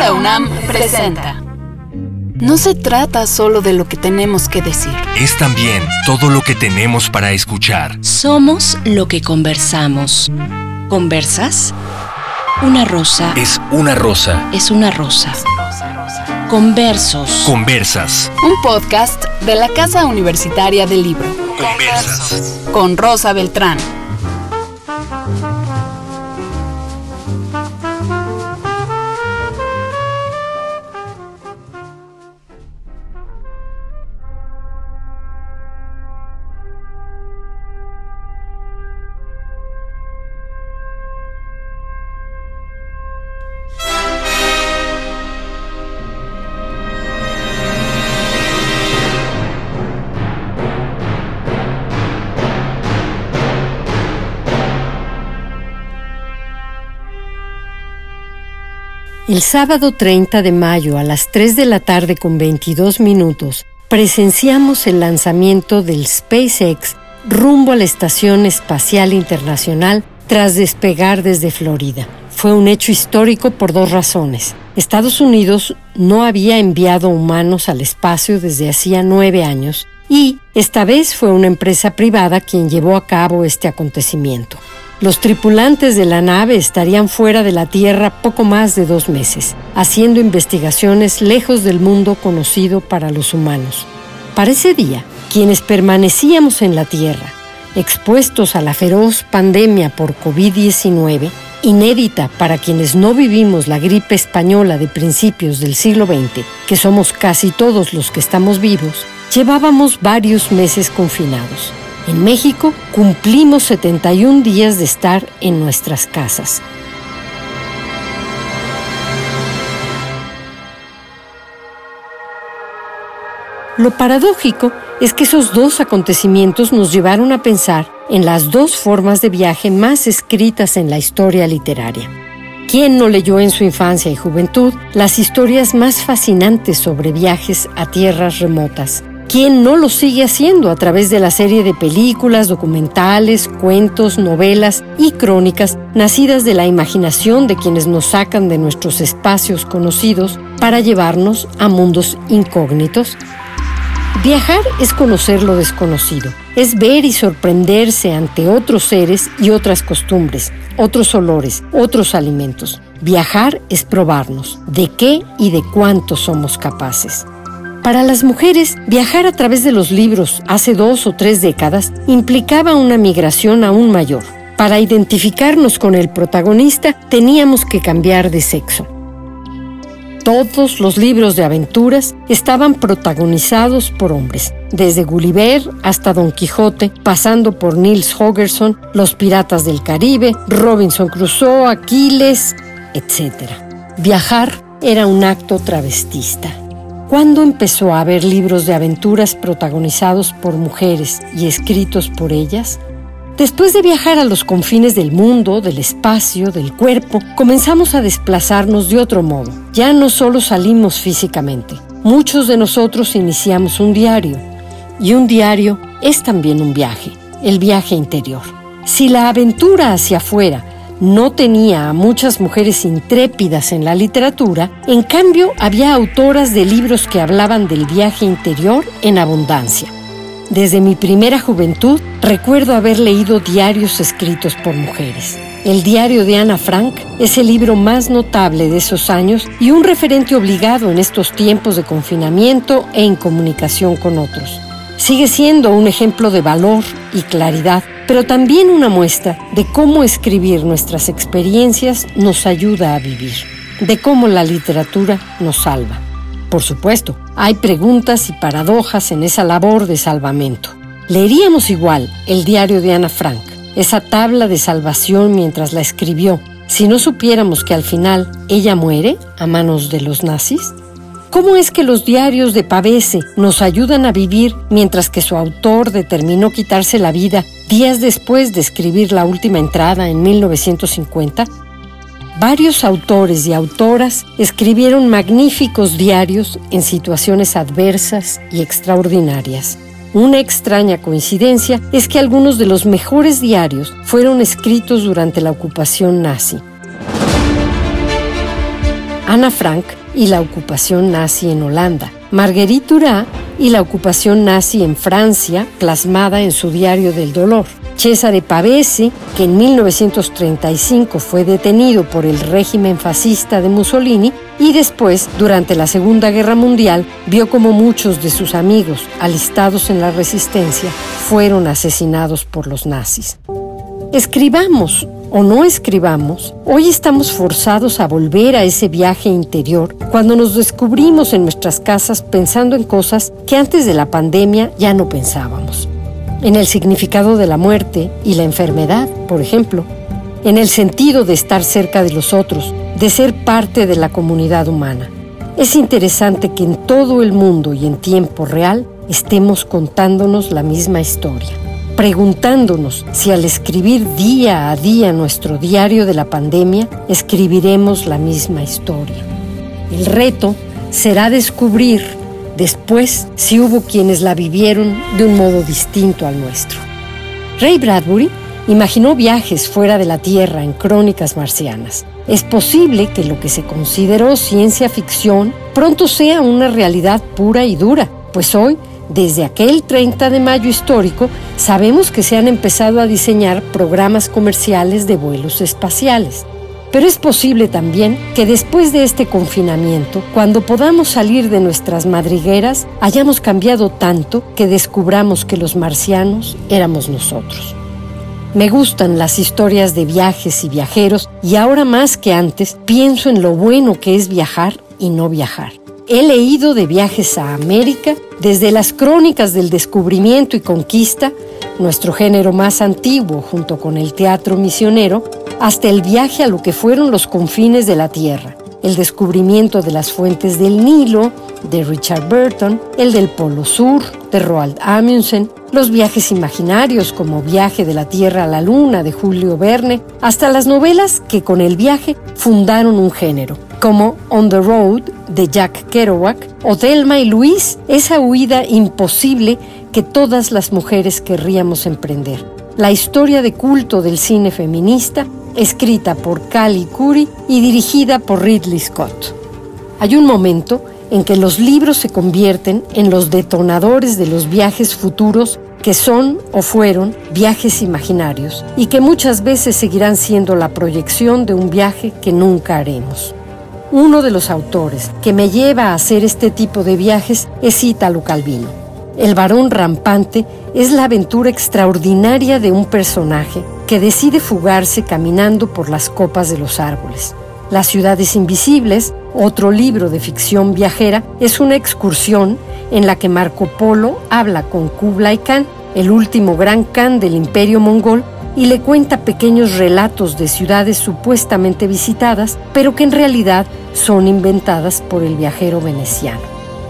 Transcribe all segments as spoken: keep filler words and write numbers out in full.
Cultura UNAM presenta. No se trata solo de lo que tenemos que decir. Es también todo lo que tenemos para escuchar. Somos lo que conversamos. ¿Conversas? Una rosa. Es una rosa. Es una rosa. Conversos. Conversas. Un podcast de la Casa Universitaria del Libro. Conversas. Con Rosa Beltrán. El sábado treinta de mayo a las tres de la tarde con veintidós minutos presenciamos el lanzamiento del SpaceX rumbo a la Estación Espacial Internacional tras despegar desde Florida. Fue un hecho histórico por dos razones. Estados Unidos no había enviado humanos al espacio desde hacía nueve años y esta vez fue una empresa privada quien llevó a cabo este acontecimiento. Los tripulantes de la nave estarían fuera de la Tierra poco más de dos meses, haciendo investigaciones lejos del mundo conocido para los humanos. Para ese día, quienes permanecíamos en la Tierra, expuestos a la feroz pandemia por covid diecinueve, inédita para quienes no vivimos la gripe española de principios del siglo veinte, que somos casi todos los que estamos vivos, llevábamos varios meses confinados. En México cumplimos setenta y un días de estar en nuestras casas. Lo paradójico es que esos dos acontecimientos nos llevaron a pensar en las dos formas de viaje más escritas en la historia literaria. ¿Quién no leyó en su infancia y juventud las historias más fascinantes sobre viajes a tierras remotas? ¿Quién no lo sigue haciendo a través de la serie de películas, documentales, cuentos, novelas y crónicas nacidas de la imaginación de quienes nos sacan de nuestros espacios conocidos para llevarnos a mundos incógnitos? Viajar es conocer lo desconocido, es ver y sorprenderse ante otros seres y otras costumbres, otros olores, otros alimentos. Viajar es probarnos de qué y de cuánto somos capaces. Para las mujeres, viajar a través de los libros hace dos o tres décadas implicaba una migración aún mayor. Para identificarnos con el protagonista, teníamos que cambiar de sexo. Todos los libros de aventuras estaban protagonizados por hombres, desde Gulliver hasta Don Quijote, pasando por Niels Holgersson, Los Piratas del Caribe, Robinson Crusoe, Aquiles, etcétera. Viajar era un acto travestista. ¿Cuándo empezó a haber libros de aventuras protagonizados por mujeres y escritos por ellas? Después de viajar a los confines del mundo, del espacio, del cuerpo, comenzamos a desplazarnos de otro modo. Ya no solo salimos físicamente. Muchos de nosotros iniciamos un diario. Y un diario es también un viaje, el viaje interior. Si la aventura hacia afuera no tenía a muchas mujeres intrépidas en la literatura, en cambio había autoras de libros que hablaban del viaje interior en abundancia. Desde mi primera juventud, recuerdo haber leído diarios escritos por mujeres. El diario de Ana Frank es el libro más notable de esos años y un referente obligado en estos tiempos de confinamiento e incomunicación con otros. Sigue siendo un ejemplo de valor y claridad, pero también una muestra de cómo escribir nuestras experiencias nos ayuda a vivir, de cómo la literatura nos salva. Por supuesto, hay preguntas y paradojas en esa labor de salvamento. Leeríamos igual el diario de Ana Frank, esa tabla de salvación mientras la escribió, si no supiéramos que al final ella muere a manos de los nazis. ¿Cómo es que los diarios de Pavese nos ayudan a vivir mientras que su autor determinó quitarse la vida días después de escribir la última entrada en mil novecientos cincuenta? Varios autores y autoras escribieron magníficos diarios en situaciones adversas y extraordinarias. Una extraña coincidencia es que algunos de los mejores diarios fueron escritos durante la ocupación nazi. Ana Frank y la ocupación nazi en Holanda, Marguerite Duras y la ocupación nazi en Francia, plasmada en su Diario del Dolor, Cesare Pavese, que en mil novecientos treinta y cinco fue detenido por el régimen fascista de Mussolini y después, durante la Segunda Guerra Mundial, vio como muchos de sus amigos, alistados en la resistencia, fueron asesinados por los nazis. Escribamos o no escribamos, hoy estamos forzados a volver a ese viaje interior cuando nos descubrimos en nuestras casas pensando en cosas que antes de la pandemia ya no pensábamos. En el significado de la muerte y la enfermedad, por ejemplo. En el sentido de estar cerca de los otros, de ser parte de la comunidad humana. Es interesante que en todo el mundo y en tiempo real estemos contándonos la misma historia. Preguntándonos si al escribir día a día nuestro diario de la pandemia, escribiremos la misma historia. El reto será descubrir después si hubo quienes la vivieron de un modo distinto al nuestro. Ray Bradbury imaginó viajes fuera de la Tierra en Crónicas Marcianas. Es posible que lo que se consideró ciencia ficción pronto sea una realidad pura y dura, pues hoy, desde aquel treinta de mayo histórico, sabemos que se han empezado a diseñar programas comerciales de vuelos espaciales. Pero es posible también que después de este confinamiento, cuando podamos salir de nuestras madrigueras, hayamos cambiado tanto que descubramos que los marcianos éramos nosotros. Me gustan las historias de viajes y viajeros y ahora más que antes pienso en lo bueno que es viajar y no viajar. He leído de viajes a América, desde las crónicas del descubrimiento y conquista, nuestro género más antiguo junto con el teatro misionero, hasta el viaje a lo que fueron los confines de la Tierra, el descubrimiento de las fuentes del Nilo, de Richard Burton, el del Polo Sur, de Roald Amundsen, los viajes imaginarios como Viaje de la Tierra a la Luna, de Julio Verne, hasta las novelas que con el viaje fundaron un género, como On the Road, de Jack Kerouac, o Thelma y Luis, esa huida imposible que todas las mujeres querríamos emprender. La historia de culto del cine feminista, escrita por Callie Curry y dirigida por Ridley Scott. Hay un momento en que los libros se convierten en los detonadores de los viajes futuros que son o fueron viajes imaginarios y que muchas veces seguirán siendo la proyección de un viaje que nunca haremos. Uno de los autores que me lleva a hacer este tipo de viajes es Italo Calvino. El varón rampante es la aventura extraordinaria de un personaje que decide fugarse caminando por las copas de los árboles. Las ciudades invisibles, otro libro de ficción viajera, es una excursión en la que Marco Polo habla con Kublai Khan, el último gran Khan del Imperio Mongol, y le cuenta pequeños relatos de ciudades supuestamente visitadas, pero que en realidad son inventadas por el viajero veneciano.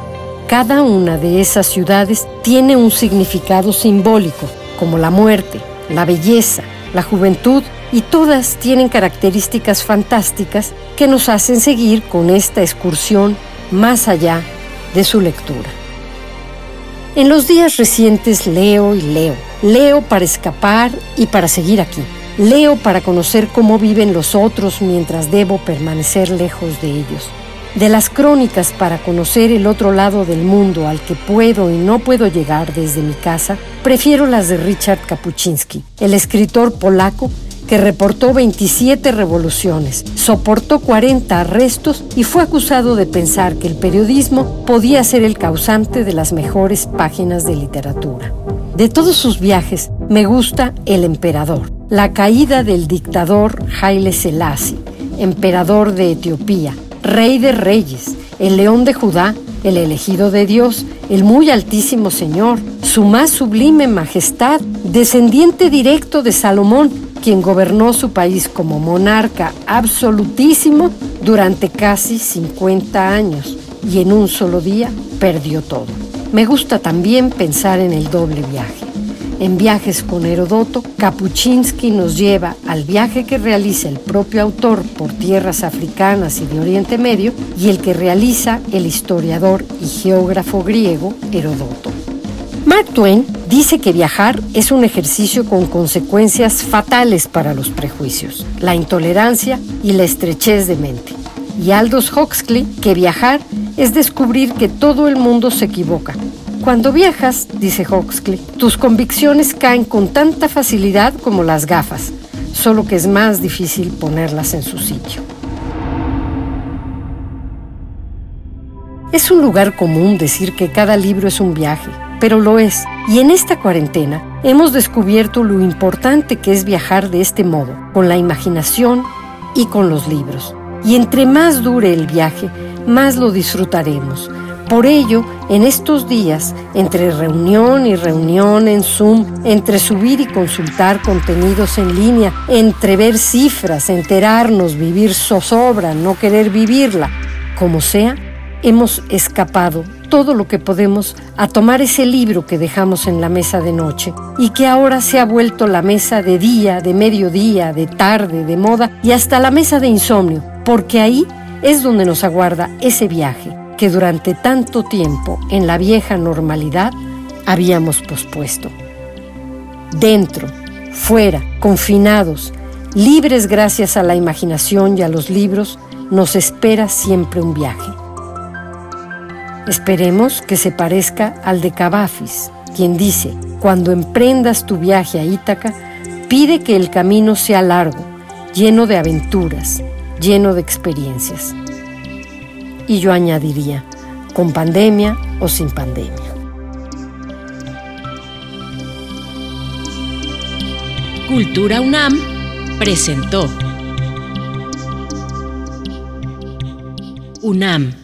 Cada una de esas ciudades tiene un significado simbólico, como la muerte, la belleza, la juventud, y todas tienen características fantásticas que nos hacen seguir con esta excursión más allá de su lectura. En los días recientes leo y leo. Leo para escapar y para seguir aquí. Leo para conocer cómo viven los otros mientras debo permanecer lejos de ellos. De las crónicas para conocer el otro lado del mundo al que puedo y no puedo llegar desde mi casa, prefiero las de Richard Kapuscinski, el escritor polaco que reportó veintisiete revoluciones, soportó cuarenta arrestos y fue acusado de pensar que el periodismo podía ser el causante de las mejores páginas de literatura. De todos sus viajes, me gusta El Emperador, la caída del dictador Haile Selassie, emperador de Etiopía, rey de reyes, el león de Judá, el elegido de Dios, el muy altísimo Señor, su más sublime majestad, descendiente directo de Salomón, quien gobernó su país como monarca absolutísimo durante casi cincuenta años y en un solo día perdió todo. Me gusta también pensar en el doble viaje. En Viajes con Heródoto, Kapuscinski nos lleva al viaje que realiza el propio autor por tierras africanas y de Oriente Medio y el que realiza el historiador y geógrafo griego Heródoto. Mark Twain dice que viajar es un ejercicio con consecuencias fatales para los prejuicios, la intolerancia y la estrechez de mente. y Aldous Huxley que viajar es descubrir que todo el mundo se equivoca. Cuando viajas, dice Huxley, tus convicciones caen con tanta facilidad como las gafas, solo que es más difícil ponerlas en su sitio. Es un lugar común decir que cada libro es un viaje, pero lo es. Y en esta cuarentena hemos descubierto lo importante que es viajar de este modo, con la imaginación y con los libros. Y entre más dure el viaje, más lo disfrutaremos. Por ello, en estos días, entre reunión y reunión en Zoom, entre subir y consultar contenidos en línea, entre ver cifras, enterarnos, vivir zozobra, no querer vivirla, como sea, hemos escapado todo lo que podemos a tomar ese libro que dejamos en la mesa de noche y que ahora se ha vuelto la mesa de día, de mediodía, de tarde, de moda y hasta la mesa de insomnio, porque ahí es donde nos aguarda ese viaje que durante tanto tiempo en la vieja normalidad habíamos pospuesto. Dentro, fuera, confinados, libres gracias a la imaginación y a los libros, nos espera siempre un viaje. Esperemos que se parezca al de Cavafis, quien dice, cuando emprendas tu viaje a Ítaca, pide que el camino sea largo, lleno de aventuras, lleno de experiencias. Y yo añadiría, con pandemia o sin pandemia. Cultura UNAM presentó UNAM,